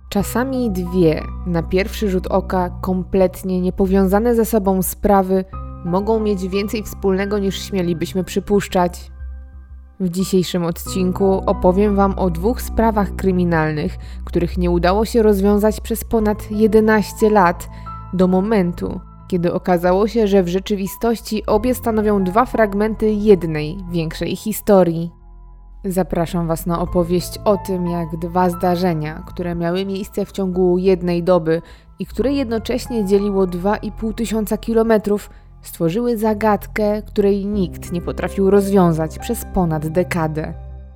Czasami dwie, na pierwszy rzut oka, kompletnie niepowiązane ze sobą sprawy mogą mieć więcej wspólnego niż śmielibyśmy przypuszczać. W dzisiejszym odcinku opowiem Wam o 2 sprawach kryminalnych, których nie udało się rozwiązać przez ponad 11 lat, do momentu, kiedy okazało się, że w rzeczywistości obie stanowią 2 fragmenty jednej, większej historii. Zapraszam Was na opowieść o tym, jak 2 zdarzenia, które miały miejsce w ciągu jednej doby i które jednocześnie dzieliło 2,5 tysiąca kilometrów, stworzyły zagadkę, której nikt nie potrafił rozwiązać przez ponad dekadę.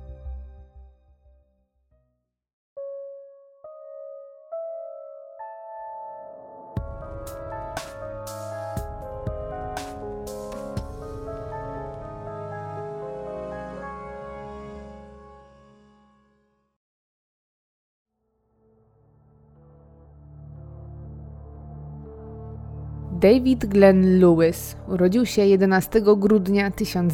David Glenn Lewis urodził się 11 grudnia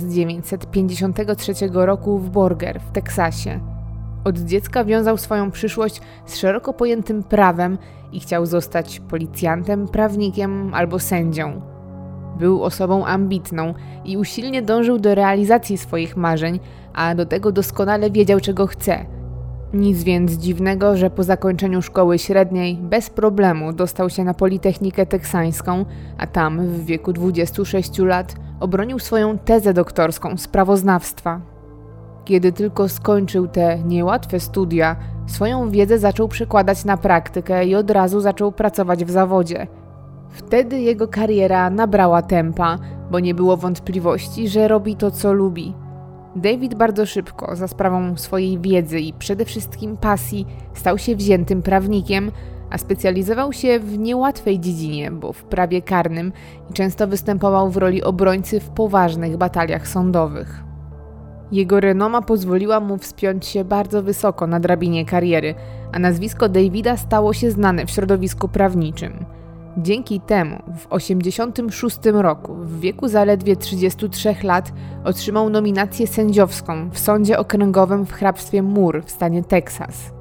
1953 roku w Borger w Teksasie. Od dziecka wiązał swoją przyszłość z szeroko pojętym prawem i chciał zostać policjantem, prawnikiem albo sędzią. Był osobą ambitną i usilnie dążył do realizacji swoich marzeń, a do tego doskonale wiedział, czego chce. Nic więc dziwnego, że po zakończeniu szkoły średniej bez problemu dostał się na Politechnikę Teksańską, a tam w wieku 26 lat obronił swoją tezę doktorską z prawoznawstwa. Kiedy tylko skończył te niełatwe studia, swoją wiedzę zaczął przekładać na praktykę i od razu zaczął pracować w zawodzie. Wtedy jego kariera nabrała tempa, bo nie było wątpliwości, że robi to, co lubi. David bardzo szybko, za sprawą swojej wiedzy i przede wszystkim pasji, stał się wziętym prawnikiem, a specjalizował się w niełatwej dziedzinie, bo w prawie karnym i często występował w roli obrońcy w poważnych bataliach sądowych. Jego renoma pozwoliła mu wspiąć się bardzo wysoko na drabinie kariery, a nazwisko Davida stało się znane w środowisku prawniczym. Dzięki temu w 1986 roku, w wieku zaledwie 33 lat, otrzymał nominację sędziowską w sądzie okręgowym w hrabstwie Moore w stanie Teksas.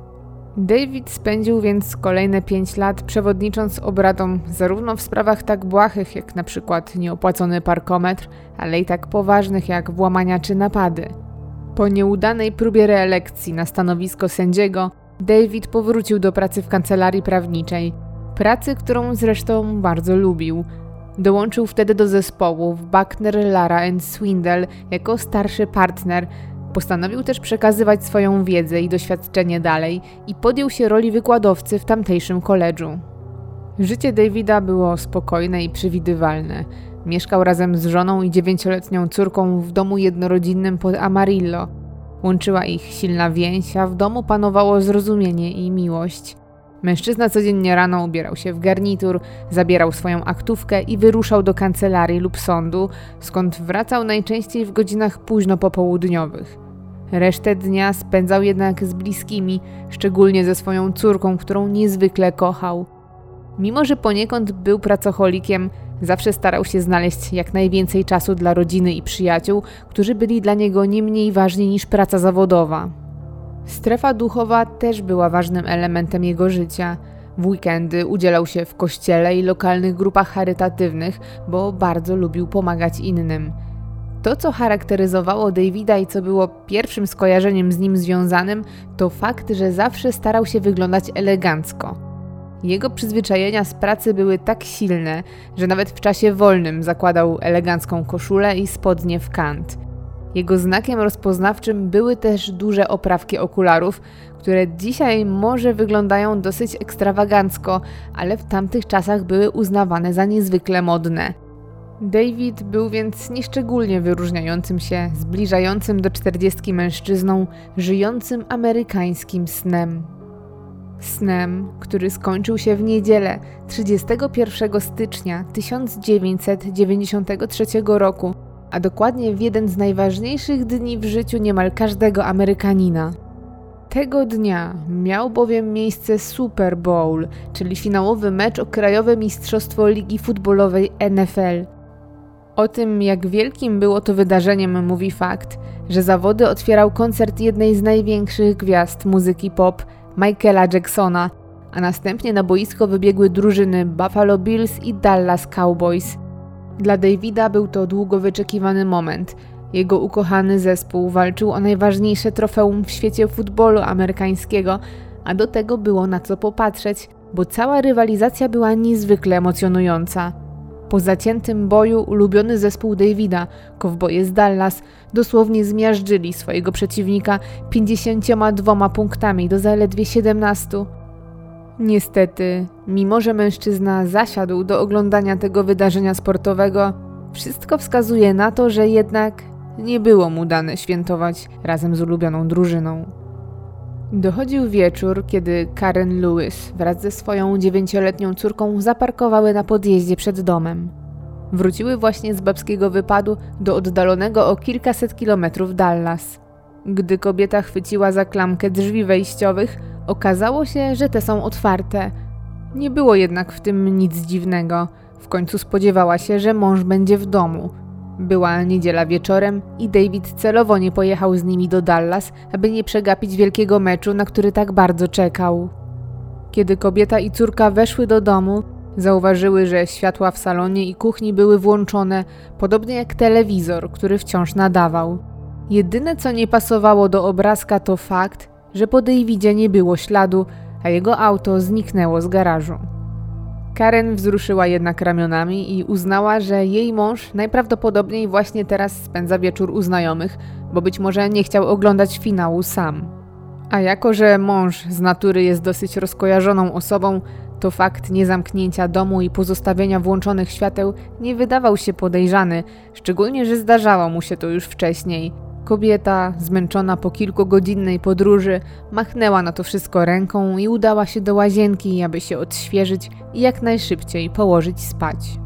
David spędził więc kolejne 5 lat przewodnicząc obradom zarówno w sprawach tak błahych jak na przykład nieopłacony parkometr, ale i tak poważnych jak włamania czy napady. Po nieudanej próbie reelekcji na stanowisko sędziego, David powrócił do pracy w kancelarii prawniczej, pracy, którą zresztą bardzo lubił. Dołączył wtedy do zespołów Buckner, Lara & Swindle jako starszy partner. Postanowił też przekazywać swoją wiedzę i doświadczenie dalej i podjął się roli wykładowcy w tamtejszym koledżu. Życie Davida było spokojne i przewidywalne. Mieszkał razem z żoną i 9-letnią córką w domu jednorodzinnym pod Amarillo. Łączyła ich silna więź, a w domu panowało zrozumienie i miłość. Mężczyzna codziennie rano ubierał się w garnitur, zabierał swoją aktówkę i wyruszał do kancelarii lub sądu, skąd wracał najczęściej w godzinach późno popołudniowych. Resztę dnia spędzał jednak z bliskimi, szczególnie ze swoją córką, którą niezwykle kochał. Mimo że poniekąd był pracocholikiem, zawsze starał się znaleźć jak najwięcej czasu dla rodziny i przyjaciół, którzy byli dla niego nie mniej ważni niż praca zawodowa. Strefa duchowa też była ważnym elementem jego życia. W weekendy udzielał się w kościele i lokalnych grupach charytatywnych, bo bardzo lubił pomagać innym. To, co charakteryzowało Davida i co było pierwszym skojarzeniem z nim związanym, to fakt, że zawsze starał się wyglądać elegancko. Jego przyzwyczajenia z pracy były tak silne, że nawet w czasie wolnym zakładał elegancką koszulę i spodnie w kant. Jego znakiem rozpoznawczym były też duże oprawki okularów, które dzisiaj może wyglądają dosyć ekstrawagancko, ale w tamtych czasach były uznawane za niezwykle modne. David był więc nieszczególnie wyróżniającym się, zbliżającym do 40 mężczyzną, żyjącym amerykańskim snem. Snem, który skończył się w niedzielę 31 stycznia 1993 roku, a dokładnie w jeden z najważniejszych dni w życiu niemal każdego Amerykanina. Tego dnia miał bowiem miejsce Super Bowl, czyli finałowy mecz o krajowe mistrzostwo Ligi Futbolowej NFL. O tym, jak wielkim było to wydarzeniem, mówi fakt, że zawody otwierał koncert jednej z największych gwiazd muzyki pop, Michaela Jacksona, a następnie na boisko wybiegły drużyny Buffalo Bills i Dallas Cowboys. Dla Davida był to długo wyczekiwany moment. Jego ukochany zespół walczył o najważniejsze trofeum w świecie futbolu amerykańskiego, a do tego było na co popatrzeć, bo cała rywalizacja była niezwykle emocjonująca. Po zaciętym boju ulubiony zespół Davida, Kowboje z Dallas, dosłownie zmiażdżyli swojego przeciwnika 52 punktami do zaledwie 17. Niestety, mimo że mężczyzna zasiadł do oglądania tego wydarzenia sportowego, wszystko wskazuje na to, że jednak nie było mu dane świętować razem z ulubioną drużyną. Dochodził wieczór, kiedy Karen Lewis wraz ze swoją 9-letnią córką zaparkowały na podjeździe przed domem. Wróciły właśnie z babskiego wypadu do oddalonego o kilkaset kilometrów Dallas. Gdy kobieta chwyciła za klamkę drzwi wejściowych, okazało się, że te są otwarte. Nie było jednak w tym nic dziwnego. W końcu spodziewała się, że mąż będzie w domu. Była niedziela wieczorem i David celowo nie pojechał z nimi do Dallas, aby nie przegapić wielkiego meczu, na który tak bardzo czekał. Kiedy kobieta i córka weszły do domu, zauważyły, że światła w salonie i kuchni były włączone, podobnie jak telewizor, który wciąż nadawał. Jedyne, co nie pasowało do obrazka, to fakt, że po Davidzie nie było śladu, a jego auto zniknęło z garażu. Karen wzruszyła jednak ramionami i uznała, że jej mąż najprawdopodobniej właśnie teraz spędza wieczór u znajomych, bo być może nie chciał oglądać finału sam. A jako, że mąż z natury jest dosyć rozkojarzoną osobą, to fakt niezamknięcia domu i pozostawienia włączonych świateł nie wydawał się podejrzany, szczególnie, że zdarzało mu się to już wcześniej. Kobieta, zmęczona po kilkugodzinnej podróży, machnęła na to wszystko ręką i udała się do łazienki, aby się odświeżyć i jak najszybciej położyć spać.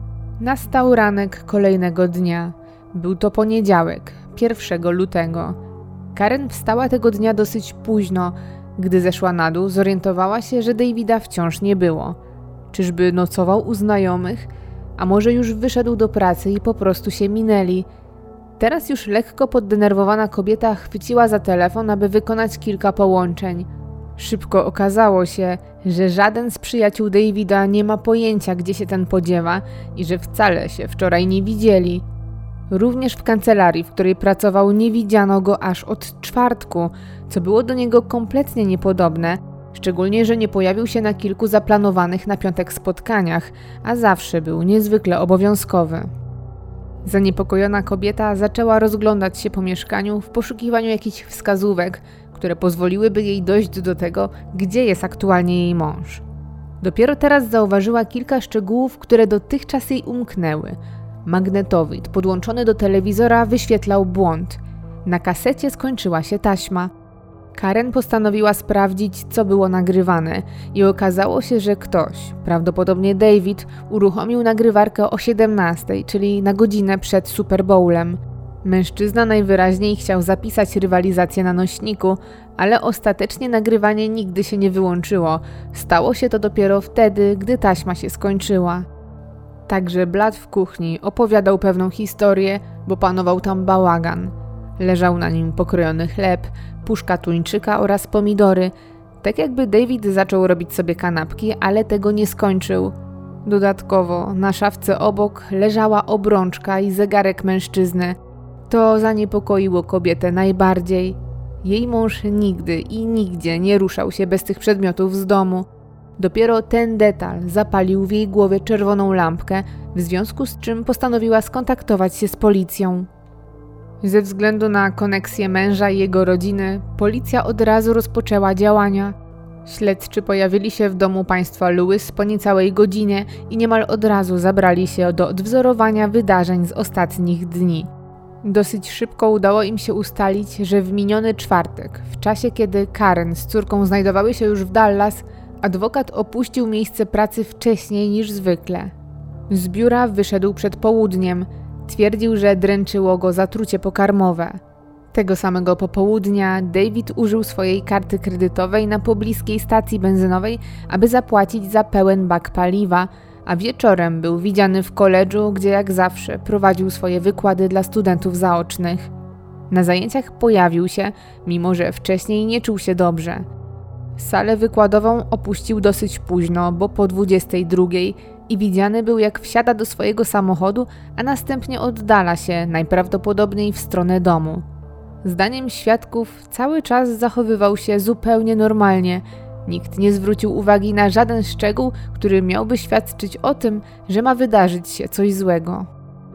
Nastał ranek kolejnego dnia. Był to poniedziałek, 1 lutego. Karen wstała tego dnia dosyć późno. Gdy zeszła na dół, zorientowała się, że Davida wciąż nie było. Czyżby nocował u znajomych? A może już wyszedł do pracy i po prostu się minęli? Teraz już lekko poddenerwowana kobieta chwyciła za telefon, aby wykonać kilka połączeń. Szybko okazało się, że żaden z przyjaciół Davida nie ma pojęcia, gdzie się ten podziewa i że wcale się wczoraj nie widzieli. Również w kancelarii, w której pracował, nie widziano go aż od czwartku, co było do niego kompletnie niepodobne, szczególnie, że nie pojawił się na kilku zaplanowanych na piątek spotkaniach, a zawsze był niezwykle obowiązkowy. Zaniepokojona kobieta zaczęła rozglądać się po mieszkaniu w poszukiwaniu jakichś wskazówek, które pozwoliłyby jej dojść do tego, gdzie jest aktualnie jej mąż. Dopiero teraz zauważyła kilka szczegółów, które dotychczas jej umknęły. Magnetowid podłączony do telewizora wyświetlał błąd. Na kasecie skończyła się taśma. Karen postanowiła sprawdzić, co było nagrywane i okazało się, że ktoś, prawdopodobnie David, uruchomił nagrywarkę o 17, czyli na godzinę przed Super Bowlem. Mężczyzna najwyraźniej chciał zapisać rywalizację na nośniku, ale ostatecznie nagrywanie nigdy się nie wyłączyło. Stało się to dopiero wtedy, gdy taśma się skończyła. Także blat w kuchni opowiadał pewną historię, bo panował tam bałagan. Leżał na nim pokrojony chleb, puszka tuńczyka oraz pomidory, tak jakby David zaczął robić sobie kanapki, ale tego nie skończył. Dodatkowo na szafce obok leżała obrączka i zegarek mężczyzny. To zaniepokoiło kobietę najbardziej. Jej mąż nigdy i nigdzie nie ruszał się bez tych przedmiotów z domu. Dopiero ten detal zapalił w jej głowie czerwoną lampkę, w związku z czym postanowiła skontaktować się z policją. Ze względu na koneksję męża i jego rodziny, policja od razu rozpoczęła działania. Śledczy pojawili się w domu państwa Lewis po niecałej godzinie i niemal od razu zabrali się do odwzorowania wydarzeń z ostatnich dni. Dosyć szybko udało im się ustalić, że w miniony czwartek, w czasie kiedy Karen z córką znajdowały się już w Dallas, adwokat opuścił miejsce pracy wcześniej niż zwykle. Z biura wyszedł przed południem. Twierdził, że dręczyło go zatrucie pokarmowe. Tego samego popołudnia David użył swojej karty kredytowej na pobliskiej stacji benzynowej, aby zapłacić za pełen bak paliwa, a wieczorem był widziany w koledżu, gdzie jak zawsze prowadził swoje wykłady dla studentów zaocznych. Na zajęciach pojawił się, mimo że wcześniej nie czuł się dobrze. Salę wykładową opuścił dosyć późno, bo po 22 i widziany był, jak wsiada do swojego samochodu, a następnie oddala się najprawdopodobniej w stronę domu. Zdaniem świadków cały czas zachowywał się zupełnie normalnie. Nikt nie zwrócił uwagi na żaden szczegół, który miałby świadczyć o tym, że ma wydarzyć się coś złego.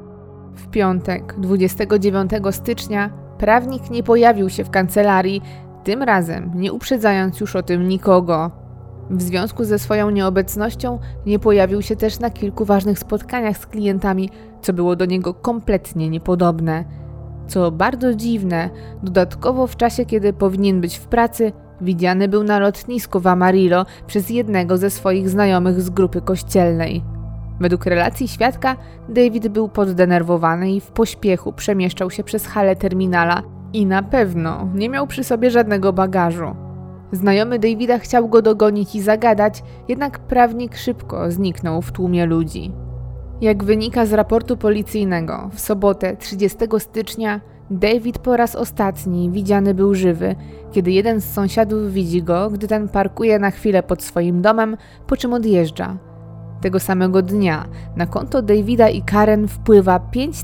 W piątek, 29 stycznia, prawnik nie pojawił się w kancelarii, tym razem nie uprzedzając już o tym nikogo. W związku ze swoją nieobecnością nie pojawił się też na kilku ważnych spotkaniach z klientami, co było do niego kompletnie niepodobne. Co bardzo dziwne, dodatkowo w czasie, kiedy powinien być w pracy, widziany był na lotnisku w Amarillo przez jednego ze swoich znajomych z grupy kościelnej. Według relacji świadka, David był poddenerwowany i w pośpiechu przemieszczał się przez halę terminala i na pewno nie miał przy sobie żadnego bagażu. Znajomy Davida chciał go dogonić i zagadać, jednak prawnik szybko zniknął w tłumie ludzi. Jak wynika z raportu policyjnego, w sobotę 30 stycznia David po raz ostatni widziany był żywy, kiedy jeden z sąsiadów widzi go, gdy ten parkuje na chwilę pod swoim domem, po czym odjeżdża. Tego samego dnia na konto Davida i Karen wpływa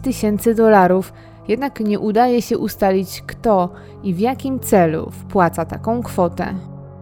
$5000, jednak nie udaje się ustalić, kto i w jakim celu wpłaca taką kwotę.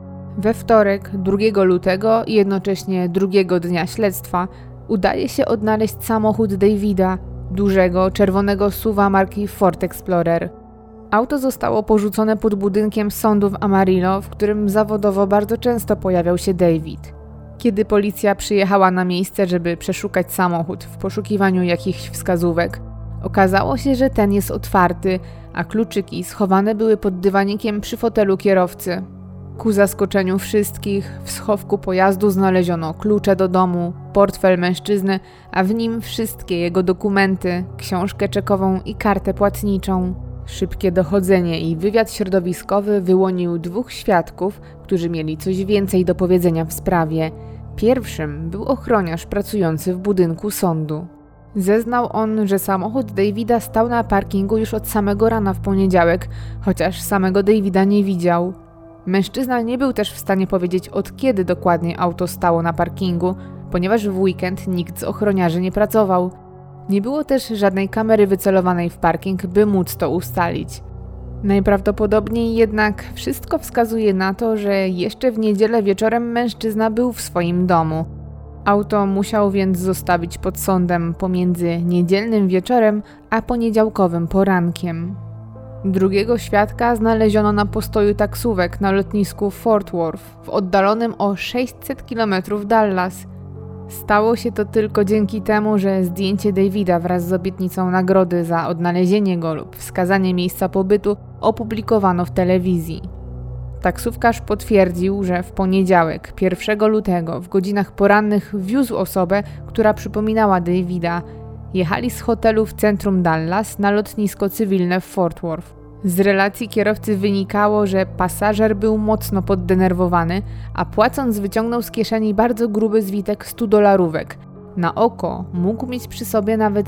We wtorek, 2 lutego i jednocześnie drugiego dnia śledztwa, udaje się odnaleźć samochód Davida, dużego czerwonego SUV-a marki Ford Explorer. Auto zostało porzucone pod budynkiem sądu w Amarillo, w którym zawodowo bardzo często pojawiał się David. Kiedy policja przyjechała na miejsce, żeby przeszukać samochód w poszukiwaniu jakichś wskazówek, okazało się, że ten jest otwarty, a kluczyki schowane były pod dywanikiem przy fotelu kierowcy. Ku zaskoczeniu wszystkich, w schowku pojazdu znaleziono klucze do domu, portfel mężczyzny, a w nim wszystkie jego dokumenty, książkę czekową i kartę płatniczą. Szybkie dochodzenie i wywiad środowiskowy wyłonił 2 świadków, którzy mieli coś więcej do powiedzenia w sprawie. Pierwszym był ochroniarz pracujący w budynku sądu. Zeznał on, że samochód Davida stał na parkingu już od samego rana w poniedziałek, chociaż samego Davida nie widział. Mężczyzna nie był też w stanie powiedzieć, od kiedy dokładnie auto stało na parkingu, ponieważ w weekend nikt z ochroniarzy nie pracował. Nie było też żadnej kamery wycelowanej w parking, by móc to ustalić. Najprawdopodobniej jednak wszystko wskazuje na to, że jeszcze w niedzielę wieczorem mężczyzna był w swoim domu. Auto musiał więc zostawić pod sądem pomiędzy niedzielnym wieczorem a poniedziałkowym porankiem. Drugiego świadka znaleziono na postoju taksówek na lotnisku Fort Worth w oddalonym o 600 km Dallas. Stało się to tylko dzięki temu, że zdjęcie Davida wraz z obietnicą nagrody za odnalezienie go lub wskazanie miejsca pobytu opublikowano w telewizji. Taksówkarz potwierdził, że w poniedziałek, 1 lutego, w godzinach porannych wiózł osobę, która przypominała Davida. Jechali z hotelu w centrum Dallas na lotnisko cywilne w Fort Worth. Z relacji kierowcy wynikało, że pasażer był mocno poddenerwowany, a płacąc wyciągnął z kieszeni bardzo gruby zwitek $100. Na oko mógł mieć przy sobie nawet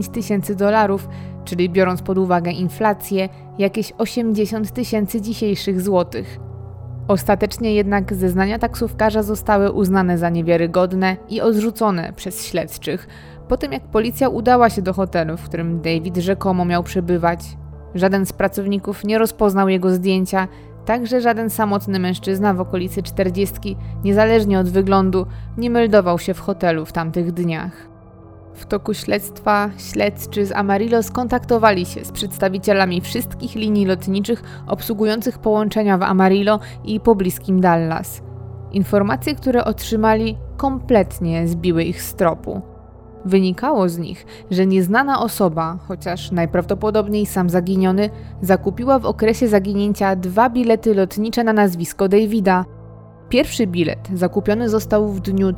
$10,000, czyli biorąc pod uwagę inflację, jakieś 80 000 dzisiejszych złotych. Ostatecznie jednak zeznania taksówkarza zostały uznane za niewiarygodne i odrzucone przez śledczych, po tym jak policja udała się do hotelu, w którym David rzekomo miał przebywać. Żaden z pracowników nie rozpoznał jego zdjęcia, także żaden samotny mężczyzna w okolicy 40, niezależnie od wyglądu, nie meldował się w hotelu w tamtych dniach. W toku śledztwa śledczy z Amarillo skontaktowali się z przedstawicielami wszystkich linii lotniczych obsługujących połączenia w Amarillo i pobliskim Dallas. Informacje, które otrzymali, kompletnie zbiły ich z tropu. Wynikało z nich, że nieznana osoba, chociaż najprawdopodobniej sam zaginiony, zakupiła w okresie zaginięcia 2 bilety lotnicze na nazwisko Davida. Pierwszy bilet zakupiony został w dniu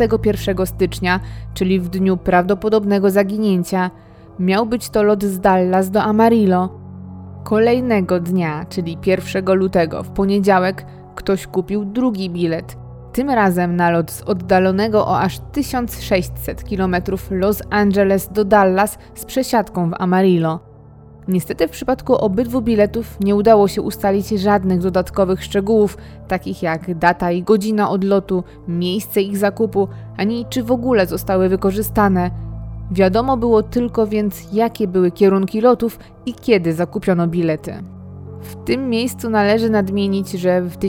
31 stycznia, czyli w dniu prawdopodobnego zaginięcia. Miał być to lot z Dallas do Amarillo. Kolejnego dnia, czyli 1 lutego, w poniedziałek, ktoś kupił drugi bilet. Tym razem na lot z oddalonego o aż 1600 km Los Angeles do Dallas z przesiadką w Amarillo. Niestety w przypadku obydwu biletów nie udało się ustalić żadnych dodatkowych szczegółów, takich jak data i godzina odlotu, miejsce ich zakupu, ani czy w ogóle zostały wykorzystane. Wiadomo było tylko więc, jakie były kierunki lotów i kiedy zakupiono bilety. W tym miejscu należy nadmienić, że w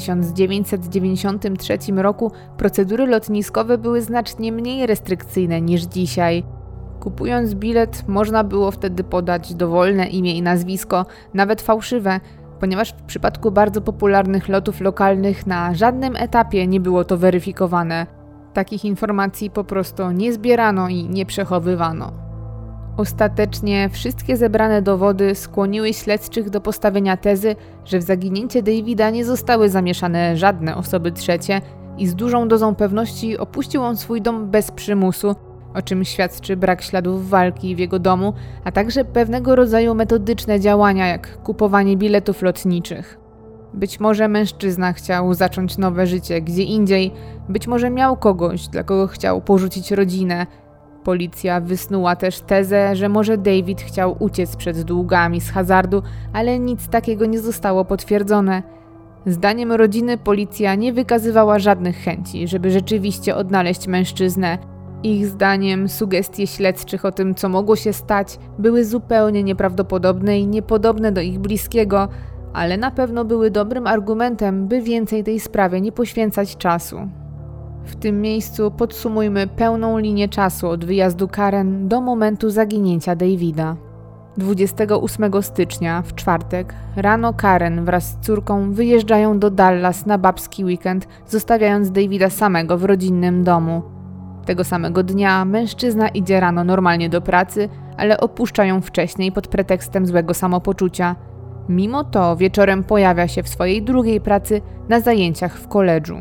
1993 roku procedury lotniskowe były znacznie mniej restrykcyjne niż dzisiaj. Kupując bilet, można było wtedy podać dowolne imię i nazwisko, nawet fałszywe, ponieważ w przypadku bardzo popularnych lotów lokalnych na żadnym etapie nie było to weryfikowane. Takich informacji po prostu nie zbierano i nie przechowywano. Ostatecznie wszystkie zebrane dowody skłoniły śledczych do postawienia tezy, że w zaginięcie Davida nie zostały zamieszane żadne osoby trzecie i z dużą dozą pewności opuścił on swój dom bez przymusu, o czym świadczy brak śladów walki w jego domu, a także pewnego rodzaju metodyczne działania, jak kupowanie biletów lotniczych. Być może mężczyzna chciał zacząć nowe życie gdzie indziej, być może miał kogoś, dla kogo chciał porzucić rodzinę. Policja wysnuła też tezę, że może David chciał uciec przed długami z hazardu, ale nic takiego nie zostało potwierdzone. Zdaniem rodziny policja nie wykazywała żadnych chęci, żeby rzeczywiście odnaleźć mężczyznę. Ich zdaniem sugestie śledczych o tym, co mogło się stać, były zupełnie nieprawdopodobne i niepodobne do ich bliskiego, ale na pewno były dobrym argumentem, by więcej tej sprawie nie poświęcać czasu. W tym miejscu podsumujmy pełną linię czasu od wyjazdu Karen do momentu zaginięcia Davida. 28 stycznia, w czwartek, rano Karen wraz z córką wyjeżdżają do Dallas na babski weekend, zostawiając Davida samego w rodzinnym domu. Tego samego dnia mężczyzna idzie rano normalnie do pracy, ale opuszcza ją wcześniej pod pretekstem złego samopoczucia. Mimo to wieczorem pojawia się w swojej drugiej pracy na zajęciach w koledżu.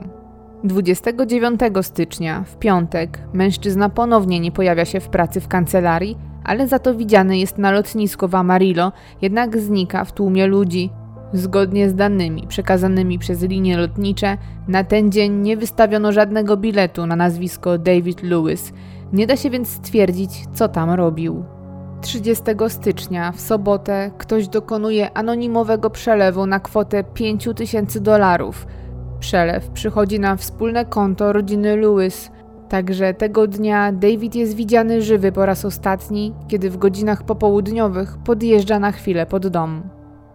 29 stycznia, w piątek, mężczyzna ponownie nie pojawia się w pracy w kancelarii, ale za to widziany jest na lotnisku w Amarillo, jednak znika w tłumie ludzi. Zgodnie z danymi przekazanymi przez linie lotnicze, na ten dzień nie wystawiono żadnego biletu na nazwisko David Lewis. Nie da się więc stwierdzić, co tam robił. 30 stycznia, w sobotę, ktoś dokonuje anonimowego przelewu na kwotę $5000. Przelew przychodzi na wspólne konto rodziny Lewis. Także tego dnia David jest widziany żywy po raz ostatni, kiedy w godzinach popołudniowych podjeżdża na chwilę pod dom.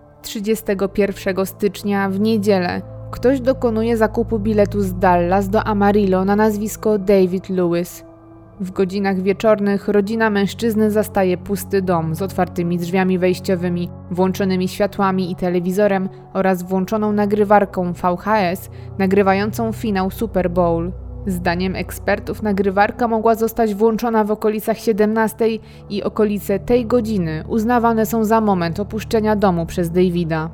31 stycznia, w niedzielę, ktoś dokonuje zakupu biletu z Dallas do Amarillo na nazwisko David Lewis. W godzinach wieczornych rodzina mężczyzny zastaje pusty dom z otwartymi drzwiami wejściowymi, włączonymi światłami i telewizorem oraz włączoną nagrywarką VHS nagrywającą finał Super Bowl. Zdaniem ekspertów nagrywarka mogła zostać włączona w okolicach 17 i okolice tej godziny uznawane są za moment opuszczenia domu przez Davida.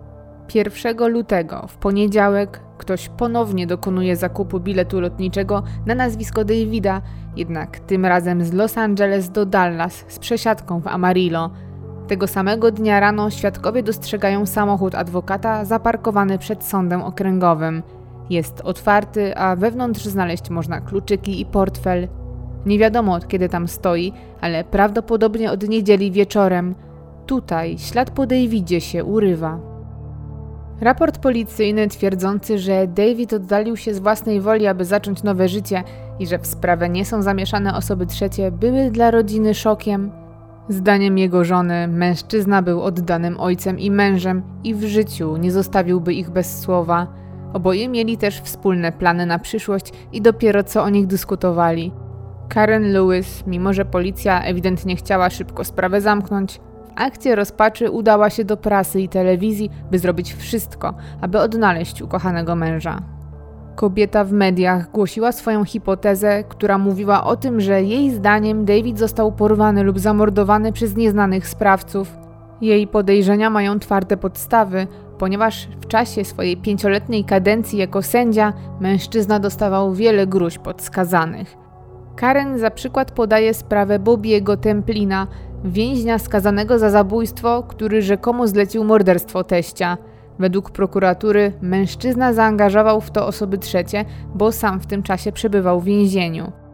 1 lutego, w poniedziałek, ktoś ponownie dokonuje zakupu biletu lotniczego na nazwisko Davida, jednak tym razem z Los Angeles do Dallas z przesiadką w Amarillo. Tego samego dnia rano świadkowie dostrzegają samochód adwokata zaparkowany przed sądem okręgowym. Jest otwarty, a wewnątrz znaleźć można kluczyki i portfel. Nie wiadomo od kiedy tam stoi, ale prawdopodobnie od niedzieli wieczorem. Tutaj ślad po Davidzie się urywa. Raport policyjny twierdzący, że David oddalił się z własnej woli, aby zacząć nowe życie i że w sprawę nie są zamieszane osoby trzecie, były dla rodziny szokiem. Zdaniem jego żony, mężczyzna był oddanym ojcem i mężem i w życiu nie zostawiłby ich bez słowa. Oboje mieli też wspólne plany na przyszłość i dopiero co o nich dyskutowali. Karen Lewis, mimo że policja ewidentnie chciała szybko sprawę zamknąć, w akcie rozpaczy udała się do prasy i telewizji, by zrobić wszystko, aby odnaleźć ukochanego męża. Kobieta w mediach głosiła swoją hipotezę, która mówiła o tym, że jej zdaniem David został porwany lub zamordowany przez nieznanych sprawców. Jej podejrzenia mają twarde podstawy, ponieważ w czasie swojej 5-letniej kadencji jako sędzia mężczyzna dostawał wiele gróźb od skazanych. Karen za przykład podaje sprawę Bobbiego Templina, więźnia skazanego za zabójstwo, który rzekomo zlecił morderstwo teścia. Według prokuratury mężczyzna zaangażował w to osoby trzecie, bo sam w tym czasie przebywał w więzieniu.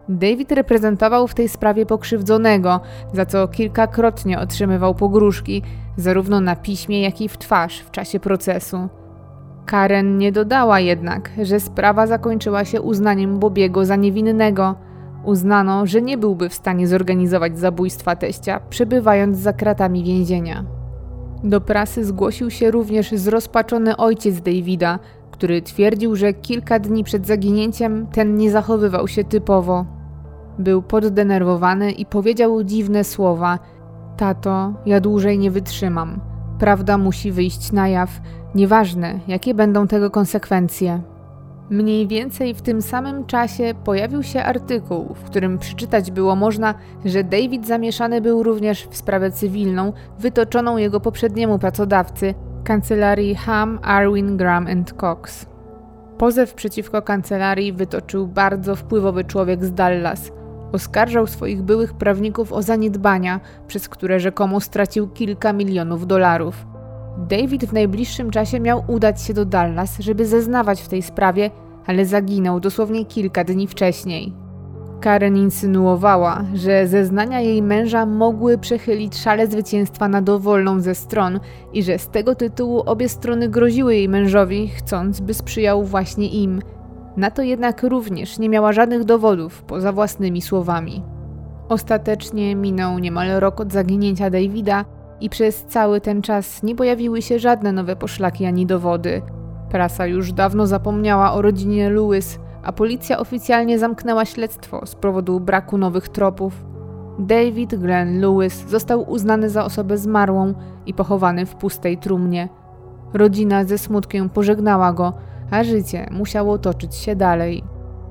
David reprezentował w tej sprawie pokrzywdzonego, za co kilkakrotnie otrzymywał pogróżki, zarówno na piśmie, jak i w twarz w czasie procesu. Karen nie dodała jednak, że sprawa zakończyła się uznaniem Bobiego za niewinnego. Uznano, że nie byłby w stanie zorganizować zabójstwa teścia, przebywając za kratami więzienia. Do prasy zgłosił się również zrozpaczony ojciec Davida, który twierdził, że kilka dni przed zaginięciem ten nie zachowywał się typowo. Był poddenerwowany i powiedział dziwne słowa: „Tato, ja dłużej nie wytrzymam. Prawda musi wyjść na jaw, nieważne, jakie będą tego konsekwencje”. Mniej więcej w tym samym czasie pojawił się artykuł, w którym przeczytać było można, że David zamieszany był również w sprawę cywilną wytoczoną jego poprzedniemu pracodawcy, kancelarii Ham, Arwin, Graham & Cox. Pozew przeciwko kancelarii wytoczył bardzo wpływowy człowiek z Dallas. Oskarżał swoich byłych prawników o zaniedbania, przez które rzekomo stracił kilka milionów dolarów. David w najbliższym czasie miał udać się do Dallas, żeby zeznawać w tej sprawie, ale zaginął dosłownie kilka dni wcześniej. Karen insynuowała, że zeznania jej męża mogły przechylić szale zwycięstwa na dowolną ze stron i że z tego tytułu obie strony groziły jej mężowi, chcąc, by sprzyjał właśnie im. Na to jednak również nie miała żadnych dowodów, poza własnymi słowami. Ostatecznie minął niemal rok od zaginięcia Davida i przez cały ten czas nie pojawiły się żadne nowe poszlaki ani dowody. Prasa już dawno zapomniała o rodzinie Lewis, a policja oficjalnie zamknęła śledztwo z powodu braku nowych tropów. David Glenn Lewis został uznany za osobę zmarłą i pochowany w pustej trumnie. Rodzina ze smutkiem pożegnała go, a życie musiało toczyć się dalej.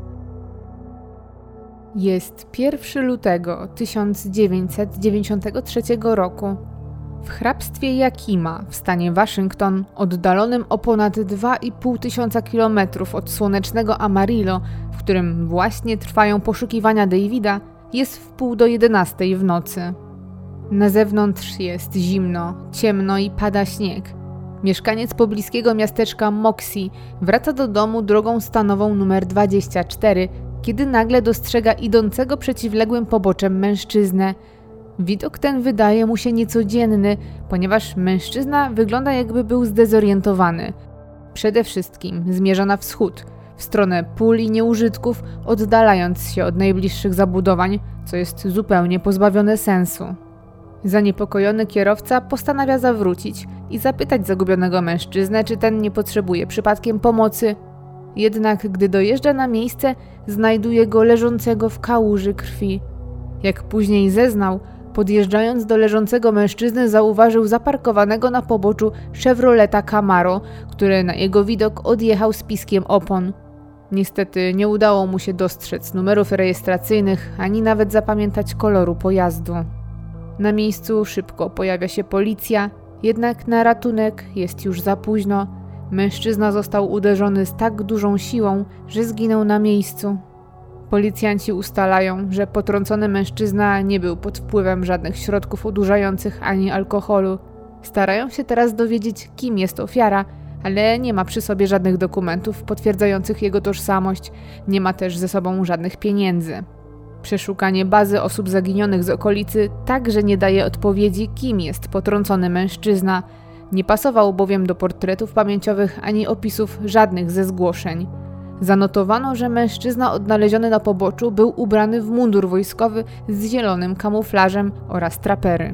Jest 1 lutego 1993 roku. W hrabstwie Yakima w stanie Waszyngton, oddalonym o ponad 2,5 tysiąca kilometrów od słonecznego Amarillo, w którym właśnie trwają poszukiwania Davida, jest 10:30 w nocy. Na zewnątrz jest zimno, ciemno i pada śnieg. Mieszkaniec pobliskiego miasteczka Moxie wraca do domu drogą stanową numer 24, kiedy nagle dostrzega idącego przeciwległym poboczem mężczyznę. Widok ten wydaje mu się niecodzienny, ponieważ mężczyzna wygląda, jakby był zdezorientowany. Przede wszystkim zmierza na wschód, w stronę pól i nieużytków, oddalając się od najbliższych zabudowań, co jest zupełnie pozbawione sensu. Zaniepokojony kierowca postanawia zawrócić i zapytać zagubionego mężczyznę, czy ten nie potrzebuje przypadkiem pomocy. Jednak gdy dojeżdża na miejsce, znajduje go leżącego w kałuży krwi. Jak później zeznał, podjeżdżając do leżącego mężczyzny, zauważył zaparkowanego na poboczu Chevroleta Camaro, który na jego widok odjechał z piskiem opon. Niestety nie udało mu się dostrzec numerów rejestracyjnych, ani nawet zapamiętać koloru pojazdu. Na miejscu szybko pojawia się policja, jednak na ratunek jest już za późno. Mężczyzna został uderzony z tak dużą siłą, że zginął na miejscu. Policjanci ustalają, że potrącony mężczyzna nie był pod wpływem żadnych środków odurzających ani alkoholu. Starają się teraz dowiedzieć, kim jest ofiara, ale nie ma przy sobie żadnych dokumentów potwierdzających jego tożsamość, nie ma też ze sobą żadnych pieniędzy. Przeszukanie bazy osób zaginionych z okolicy także nie daje odpowiedzi, kim jest potrącony mężczyzna. Nie pasował bowiem do portretów pamięciowych ani opisów żadnych ze zgłoszeń. Zanotowano, że mężczyzna odnaleziony na poboczu był ubrany w mundur wojskowy z zielonym kamuflażem oraz trapery.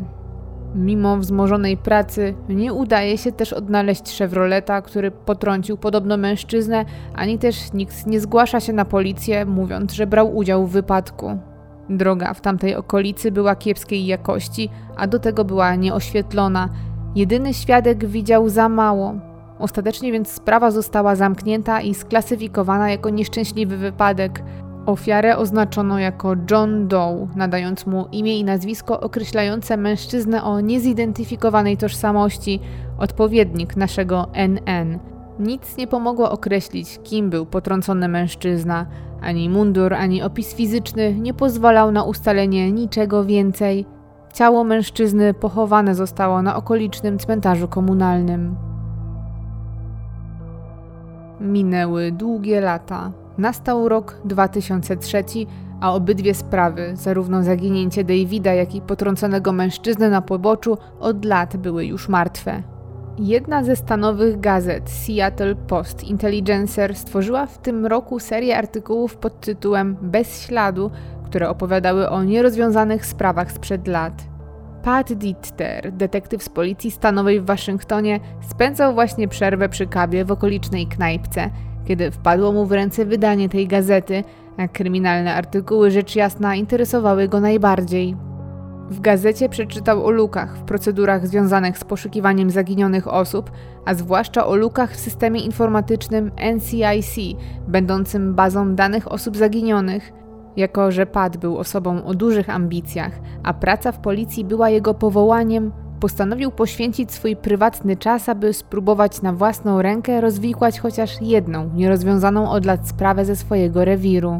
Mimo wzmożonej pracy nie udaje się też odnaleźć Chevroleta, który potrącił podobno mężczyznę, ani też nikt nie zgłasza się na policję, mówiąc, że brał udział w wypadku. Droga w tamtej okolicy była kiepskiej jakości, a do tego była nieoświetlona. Jedyny świadek widział za mało. Ostatecznie więc sprawa została zamknięta i sklasyfikowana jako nieszczęśliwy wypadek. Ofiarę oznaczono jako John Doe, nadając mu imię i nazwisko określające mężczyznę o niezidentyfikowanej tożsamości, odpowiednik naszego NN. Nic nie pomogło określić, kim był potrącony mężczyzna. Ani mundur, ani opis fizyczny nie pozwalał na ustalenie niczego więcej. Ciało mężczyzny pochowane zostało na okolicznym cmentarzu komunalnym. Minęły długie lata. Nastał rok 2003, a obydwie sprawy, zarówno zaginięcie Davida, jak i potrąconego mężczyznę na poboczu, od lat były już martwe. Jedna ze stanowych gazet, Seattle Post-Intelligencer, stworzyła w tym roku serię artykułów pod tytułem Bez śladu, które opowiadały o nierozwiązanych sprawach sprzed lat. Pat Ditter, detektyw z policji stanowej w Waszyngtonie, spędzał właśnie przerwę przy kawie w okolicznej knajpce, kiedy wpadło mu w ręce wydanie tej gazety, a kryminalne artykuły rzecz jasna interesowały go najbardziej. W gazecie przeczytał o lukach w procedurach związanych z poszukiwaniem zaginionych osób, a zwłaszcza o lukach w systemie informatycznym NCIC, będącym bazą danych osób zaginionych. Jako że Pat był osobą o dużych ambicjach, a praca w policji była jego powołaniem, postanowił poświęcić swój prywatny czas, aby spróbować na własną rękę rozwikłać chociaż jedną, nierozwiązaną od lat sprawę ze swojego rewiru.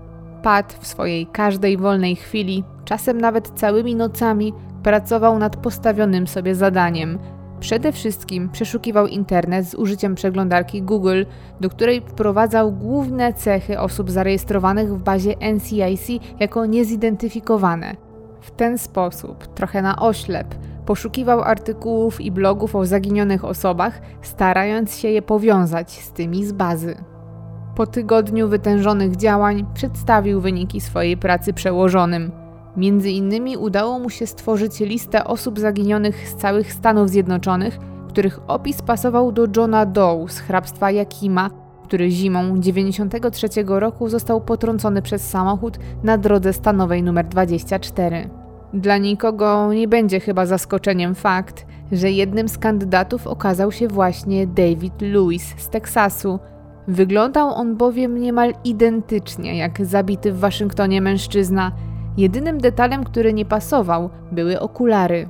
Pat w swojej każdej wolnej chwili, czasem nawet całymi nocami, pracował nad postawionym sobie zadaniem. Przede wszystkim przeszukiwał internet z użyciem przeglądarki Google, do której wprowadzał główne cechy osób zarejestrowanych w bazie NCIC jako niezidentyfikowane. W ten sposób, trochę na oślep, poszukiwał artykułów i blogów o zaginionych osobach, starając się je powiązać z tymi z bazy. Po tygodniu wytężonych działań przedstawił wyniki swojej pracy przełożonym. Między innymi udało mu się stworzyć listę osób zaginionych z całych Stanów Zjednoczonych, których opis pasował do Johna Doe z hrabstwa Yakima, który zimą 1993 roku został potrącony przez samochód na drodze stanowej nr 24. Dla nikogo nie będzie chyba zaskoczeniem fakt, że jednym z kandydatów okazał się właśnie David Lewis z Teksasu. Wyglądał on bowiem niemal identycznie jak zabity w Waszyngtonie mężczyzna. Jedynym detalem, który nie pasował, były okulary.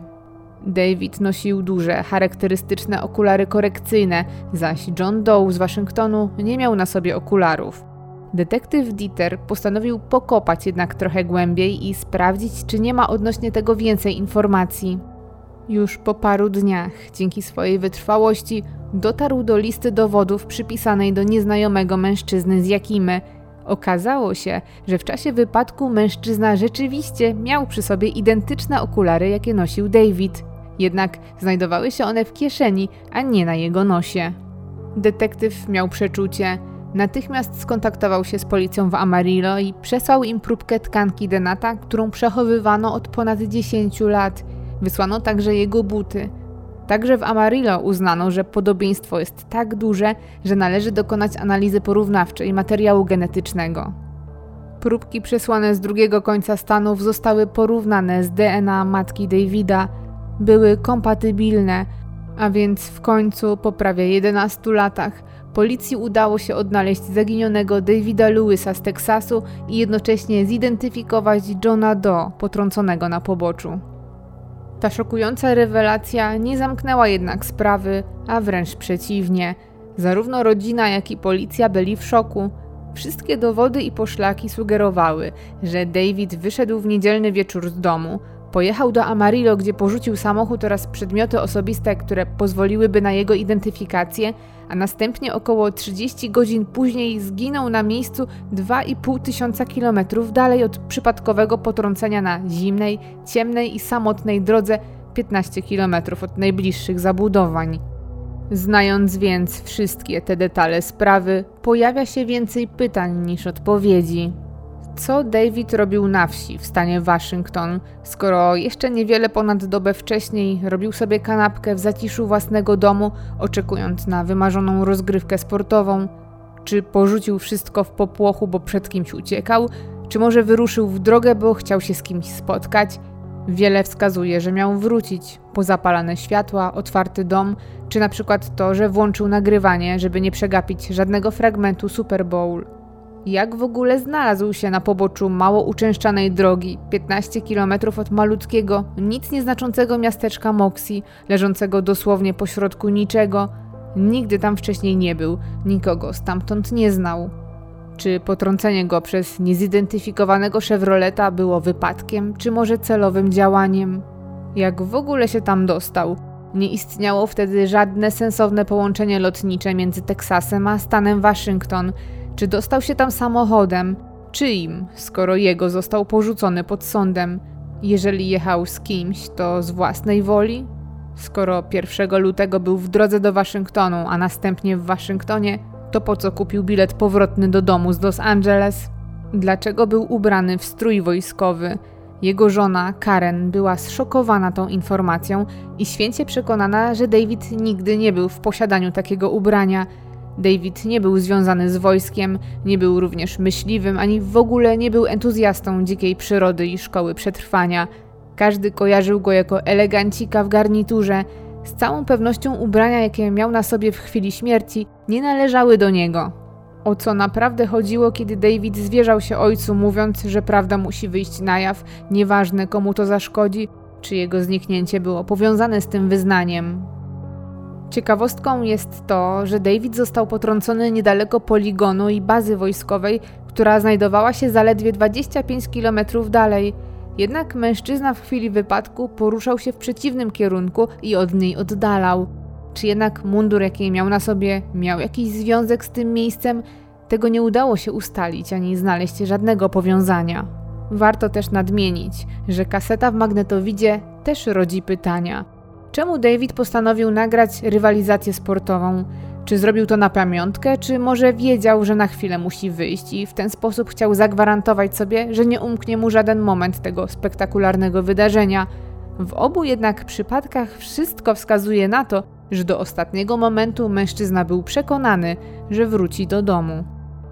David nosił duże, charakterystyczne okulary korekcyjne, zaś John Doe z Waszyngtonu nie miał na sobie okularów. Detektyw Ditter postanowił pokopać jednak trochę głębiej i sprawdzić, czy nie ma odnośnie tego więcej informacji. Już po paru dniach, dzięki swojej wytrwałości, dotarł do listy dowodów przypisanej do nieznajomego mężczyzny z Yakimy. Okazało się, że w czasie wypadku mężczyzna rzeczywiście miał przy sobie identyczne okulary, jakie nosił David. Jednak znajdowały się one w kieszeni, a nie na jego nosie. Detektyw miał przeczucie. Natychmiast skontaktował się z policją w Amarillo i przesłał im próbkę tkanki Denata, którą przechowywano od ponad 10 lat. Wysłano także jego buty. Także w Amarillo uznano, że podobieństwo jest tak duże, że należy dokonać analizy porównawczej materiału genetycznego. Próbki przesłane z drugiego końca Stanów zostały porównane z DNA matki Davida. Były kompatybilne, a więc w końcu, po prawie 11 latach, policji udało się odnaleźć zaginionego Davida Lewisa z Teksasu i jednocześnie zidentyfikować Johna Doe, potrąconego na poboczu. Ta szokująca rewelacja nie zamknęła jednak sprawy, a wręcz przeciwnie. Zarówno rodzina, jak i policja byli w szoku. Wszystkie dowody i poszlaki sugerowały, że David wyszedł w niedzielny wieczór z domu, pojechał do Amarillo, gdzie porzucił samochód oraz przedmioty osobiste, które pozwoliłyby na jego identyfikację, a następnie około 30 godzin później zginął na miejscu 2,5 tysiąca kilometrów dalej od przypadkowego potrącenia na zimnej, ciemnej i samotnej drodze 15 kilometrów od najbliższych zabudowań. Znając więc wszystkie te detale sprawy, pojawia się więcej pytań niż odpowiedzi. Co David robił na wsi w stanie Waszyngton, skoro jeszcze niewiele ponad dobę wcześniej robił sobie kanapkę w zaciszu własnego domu, oczekując na wymarzoną rozgrywkę sportową? Czy porzucił wszystko w popłochu, bo przed kimś uciekał? Czy może wyruszył w drogę, bo chciał się z kimś spotkać? Wiele wskazuje, że miał wrócić. Pozapalane światła, otwarty dom, czy na przykład to, że włączył nagrywanie, żeby nie przegapić żadnego fragmentu Super Bowl. Jak w ogóle znalazł się na poboczu mało uczęszczanej drogi, 15 km od malutkiego, nic nieznaczącego miasteczka Moxie, leżącego dosłownie pośrodku niczego? Nigdy tam wcześniej nie był, nikogo stamtąd nie znał. Czy potrącenie go przez niezidentyfikowanego Chevroleta było wypadkiem, czy może celowym działaniem? Jak w ogóle się tam dostał? Nie istniało wtedy żadne sensowne połączenie lotnicze między Teksasem a stanem Waszyngton. Czy dostał się tam samochodem? Czyim, skoro jego został porzucony pod sądem? Jeżeli jechał z kimś, to z własnej woli? Skoro 1 lutego był w drodze do Waszyngtonu, a następnie w Waszyngtonie, to po co kupił bilet powrotny do domu z Los Angeles? Dlaczego był ubrany w strój wojskowy? Jego żona, Karen, była zszokowana tą informacją i święcie przekonana, że David nigdy nie był w posiadaniu takiego ubrania. David nie był związany z wojskiem, nie był również myśliwym, ani w ogóle nie był entuzjastą dzikiej przyrody i szkoły przetrwania. Każdy kojarzył go jako elegancika w garniturze. Z całą pewnością ubrania, jakie miał na sobie w chwili śmierci, nie należały do niego. O co naprawdę chodziło, kiedy David zwierzał się ojcu, mówiąc, że prawda musi wyjść na jaw, nieważne komu to zaszkodzi, czy jego zniknięcie było powiązane z tym wyznaniem. Ciekawostką jest to, że David został potrącony niedaleko poligonu i bazy wojskowej, która znajdowała się zaledwie 25 km dalej. Jednak mężczyzna w chwili wypadku poruszał się w przeciwnym kierunku i od niej oddalał. Czy jednak mundur, jaki miał na sobie, miał jakiś związek z tym miejscem? Tego nie udało się ustalić ani znaleźć żadnego powiązania. Warto też nadmienić, że kaseta w magnetowidzie też rodzi pytania. Czemu David postanowił nagrać rywalizację sportową? Czy zrobił to na pamiątkę, czy może wiedział, że na chwilę musi wyjść i w ten sposób chciał zagwarantować sobie, że nie umknie mu żaden moment tego spektakularnego wydarzenia? W obu jednak przypadkach wszystko wskazuje na to, że do ostatniego momentu mężczyzna był przekonany, że wróci do domu.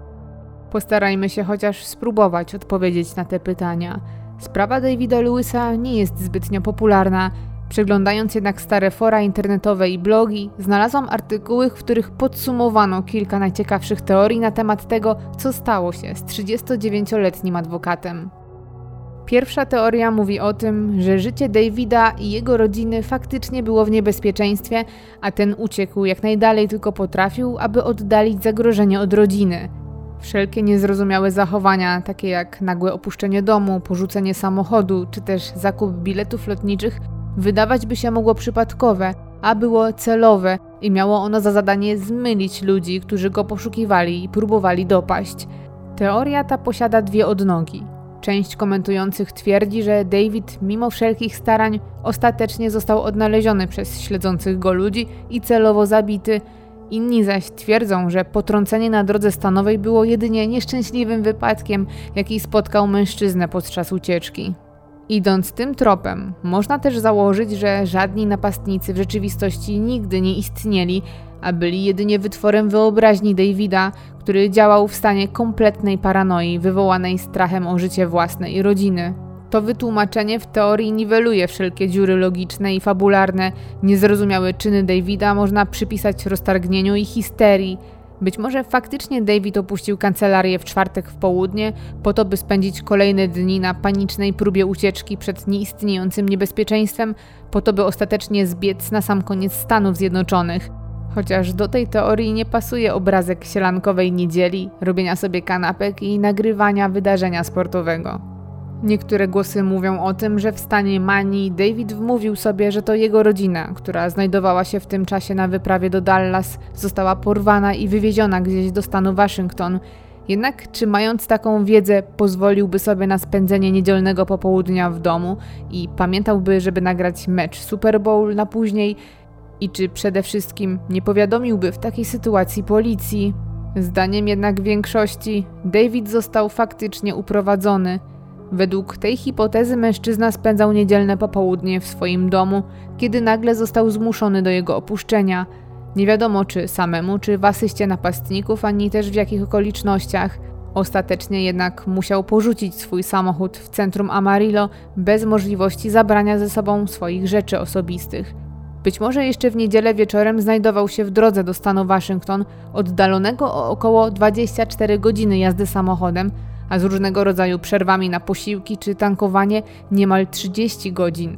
Postarajmy się chociaż spróbować odpowiedzieć na te pytania. Sprawa Davida Lewisa nie jest zbytnio popularna. Przeglądając jednak stare fora internetowe i blogi, znalazłam artykuły, w których podsumowano kilka najciekawszych teorii na temat tego, co stało się z 39-letnim adwokatem. Pierwsza teoria mówi o tym, że życie Davida i jego rodziny faktycznie było w niebezpieczeństwie, a ten uciekł jak najdalej tylko potrafił, aby oddalić zagrożenie od rodziny. Wszelkie niezrozumiałe zachowania, takie jak nagłe opuszczenie domu, porzucenie samochodu, czy też zakup biletów lotniczych, wydawać by się mogło przypadkowe, a było celowe i miało ono za zadanie zmylić ludzi, którzy go poszukiwali i próbowali dopaść. Teoria ta posiada dwie odnogi. Część komentujących twierdzi, że David mimo wszelkich starań ostatecznie został odnaleziony przez śledzących go ludzi i celowo zabity. Inni zaś twierdzą, że potrącenie na drodze stanowej było jedynie nieszczęśliwym wypadkiem, jaki spotkał mężczyznę podczas ucieczki. Idąc tym tropem, można też założyć, że żadni napastnicy w rzeczywistości nigdy nie istnieli, a byli jedynie wytworem wyobraźni Davida, który działał w stanie kompletnej paranoi wywołanej strachem o życie własne i rodziny. To wytłumaczenie w teorii niweluje wszelkie dziury logiczne i fabularne. Niezrozumiałe czyny Davida można przypisać roztargnieniu i histerii. Być może faktycznie David opuścił kancelarię w czwartek w południe, po to by spędzić kolejne dni na panicznej próbie ucieczki przed nieistniejącym niebezpieczeństwem, po to by ostatecznie zbiec na sam koniec Stanów Zjednoczonych. Chociaż do tej teorii nie pasuje obrazek sielankowej niedzieli, robienia sobie kanapek i nagrywania wydarzenia sportowego. Niektóre głosy mówią o tym, że w stanie manii David wmówił sobie, że to jego rodzina, która znajdowała się w tym czasie na wyprawie do Dallas, została porwana i wywieziona gdzieś do stanu Waszyngton. Jednak czy mając taką wiedzę pozwoliłby sobie na spędzenie niedzielnego popołudnia w domu i pamiętałby, żeby nagrać mecz Super Bowl na później? I czy przede wszystkim nie powiadomiłby w takiej sytuacji policji? Zdaniem jednak większości David został faktycznie uprowadzony. Według tej hipotezy mężczyzna spędzał niedzielne popołudnie w swoim domu, kiedy nagle został zmuszony do jego opuszczenia. Nie wiadomo czy samemu, czy w asyście napastników, ani też w jakich okolicznościach. Ostatecznie jednak musiał porzucić swój samochód w centrum Amarillo bez możliwości zabrania ze sobą swoich rzeczy osobistych. Być może jeszcze w niedzielę wieczorem znajdował się w drodze do stanu Waszyngton, oddalonego o około 24 godziny jazdy samochodem, a z różnego rodzaju przerwami na posiłki czy tankowanie niemal 30 godzin.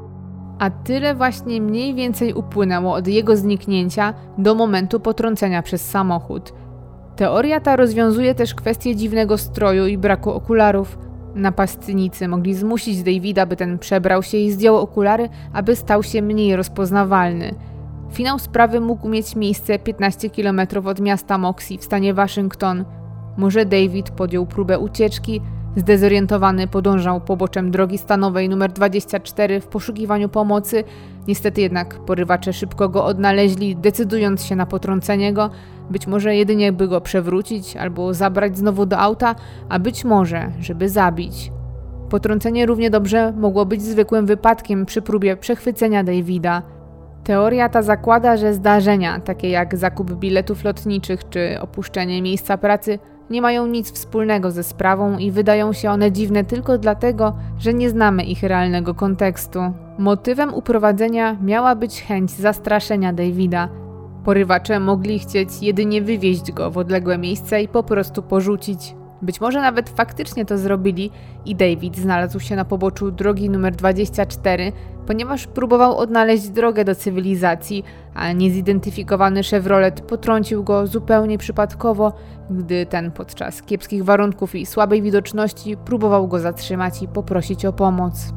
A tyle właśnie mniej więcej upłynęło od jego zniknięcia do momentu potrącenia przez samochód. Teoria ta rozwiązuje też kwestię dziwnego stroju i braku okularów. Napastnicy mogli zmusić Davida, by ten przebrał się i zdjął okulary, aby stał się mniej rozpoznawalny. Finał sprawy mógł mieć miejsce 15 km od miasta Moxie w stanie Waszyngton. Może David podjął próbę ucieczki, zdezorientowany podążał poboczem drogi stanowej nr 24 w poszukiwaniu pomocy. Niestety jednak porywacze szybko go odnaleźli, decydując się na potrącenie go, być może jedynie by go przewrócić albo zabrać znowu do auta, a być może, żeby zabić. Potrącenie równie dobrze mogło być zwykłym wypadkiem przy próbie przechwycenia Davida. Teoria ta zakłada, że zdarzenia, takie jak zakup biletów lotniczych czy opuszczenie miejsca pracy, nie mają nic wspólnego ze sprawą i wydają się one dziwne tylko dlatego, że nie znamy ich realnego kontekstu. Motywem uprowadzenia miała być chęć zastraszenia Davida. Porywacze mogli chcieć jedynie wywieźć go w odległe miejsce i po prostu porzucić. Być może nawet faktycznie to zrobili i David znalazł się na poboczu drogi nr 24, ponieważ próbował odnaleźć drogę do cywilizacji, a niezidentyfikowany Chevrolet potrącił go zupełnie przypadkowo, gdy ten podczas kiepskich warunków i słabej widoczności próbował go zatrzymać i poprosić o pomoc.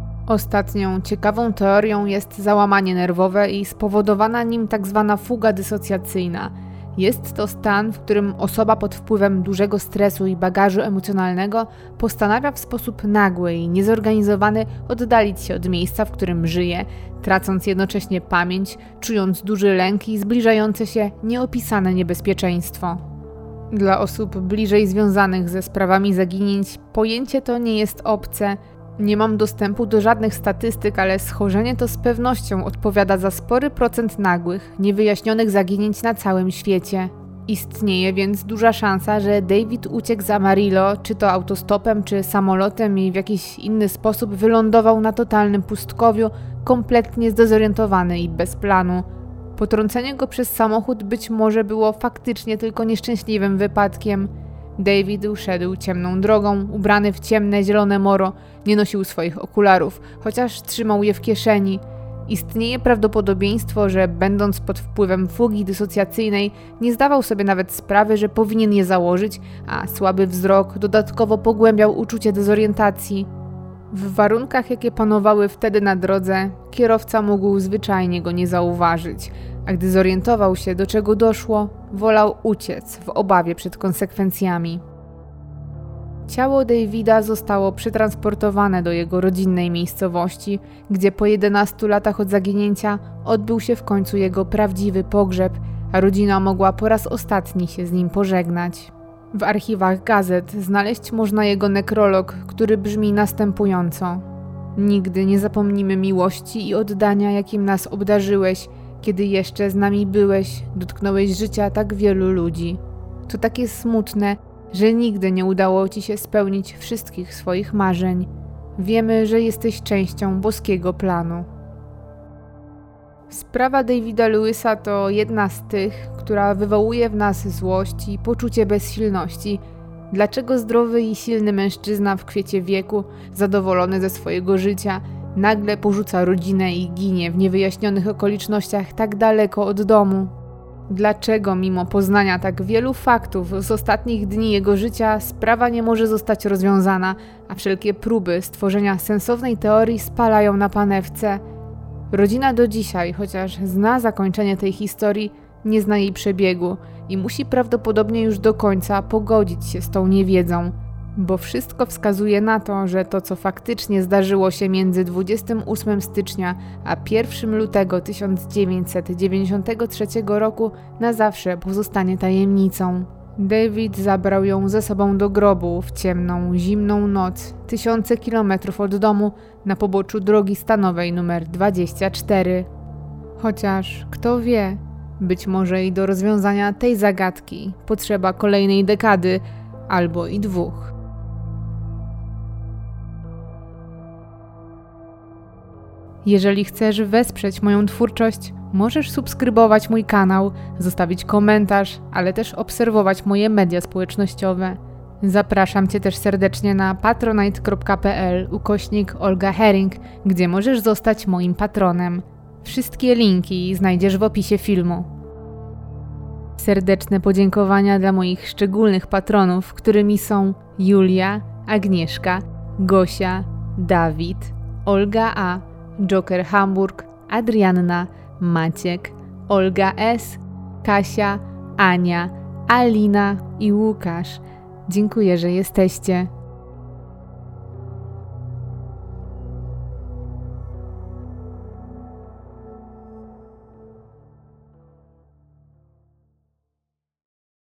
Ostatnią ciekawą teorią jest załamanie nerwowe i spowodowana nim tzw. fuga dysocjacyjna. Jest to stan, w którym osoba pod wpływem dużego stresu i bagażu emocjonalnego postanawia w sposób nagły i niezorganizowany oddalić się od miejsca, w którym żyje, tracąc jednocześnie pamięć, czując duży lęk i zbliżające się nieopisane niebezpieczeństwo. Dla osób bliżej związanych ze sprawami zaginięć pojęcie to nie jest obce. Nie mam dostępu do żadnych statystyk, ale schorzenie to z pewnością odpowiada za spory procent nagłych, niewyjaśnionych zaginięć na całym świecie. Istnieje więc duża szansa, że David uciekł z Amarillo, czy to autostopem, czy samolotem i w jakiś inny sposób wylądował na totalnym pustkowiu, kompletnie zdezorientowany i bez planu. Potrącenie go przez samochód być może było faktycznie tylko nieszczęśliwym wypadkiem. David szedł ciemną drogą, ubrany w ciemne, zielone moro, nie nosił swoich okularów, chociaż trzymał je w kieszeni. Istnieje prawdopodobieństwo, że będąc pod wpływem fugi dysocjacyjnej nie zdawał sobie nawet sprawy, że powinien je założyć, a słaby wzrok dodatkowo pogłębiał uczucie dezorientacji. W warunkach, jakie panowały wtedy na drodze, kierowca mógł zwyczajnie go nie zauważyć, a gdy zorientował się, do czego doszło, wolał uciec w obawie przed konsekwencjami. Ciało Davida zostało przetransportowane do jego rodzinnej miejscowości, gdzie po 11 latach od zaginięcia odbył się w końcu jego prawdziwy pogrzeb, a rodzina mogła po raz ostatni się z nim pożegnać. W archiwach gazet znaleźć można jego nekrolog, który brzmi następująco. Nigdy nie zapomnimy miłości i oddania, jakim nas obdarzyłeś, kiedy jeszcze z nami byłeś, dotknąłeś życia tak wielu ludzi. To takie smutne, że nigdy nie udało ci się spełnić wszystkich swoich marzeń. Wiemy, że jesteś częścią boskiego planu. Sprawa Davida Lewisa to jedna z tych, która wywołuje w nas złość i poczucie bezsilności. Dlaczego zdrowy i silny mężczyzna w kwiecie wieku, zadowolony ze swojego życia, nagle porzuca rodzinę i ginie w niewyjaśnionych okolicznościach tak daleko od domu? Dlaczego mimo poznania tak wielu faktów z ostatnich dni jego życia sprawa nie może zostać rozwiązana, a wszelkie próby stworzenia sensownej teorii spalają na panewce? Rodzina do dzisiaj, chociaż zna zakończenie tej historii, nie zna jej przebiegu i musi prawdopodobnie już do końca pogodzić się z tą niewiedzą, bo wszystko wskazuje na to, że to, co faktycznie zdarzyło się między 28 stycznia a 1 lutego 1993 roku, na zawsze pozostanie tajemnicą. David zabrał ją ze sobą do grobu w ciemną, zimną noc, tysiące kilometrów od domu, na poboczu drogi stanowej nr 24. Chociaż, kto wie, być może i do rozwiązania tej zagadki potrzeba kolejnej dekady, albo i 2. Jeżeli chcesz wesprzeć moją twórczość, możesz subskrybować mój kanał, zostawić komentarz, ale też obserwować moje media społecznościowe. Zapraszam Cię też serdecznie na patronite.pl/Olga Hering, gdzie możesz zostać moim patronem. Wszystkie linki znajdziesz w opisie filmu. Serdeczne podziękowania dla moich szczególnych patronów, którymi są Julia, Agnieszka, Gosia, Dawid, Olga A., Joker Hamburg, Adrianna, Maciek, Olga S., Kasia, Ania, Alina i Łukasz. Dziękuję, że jesteście.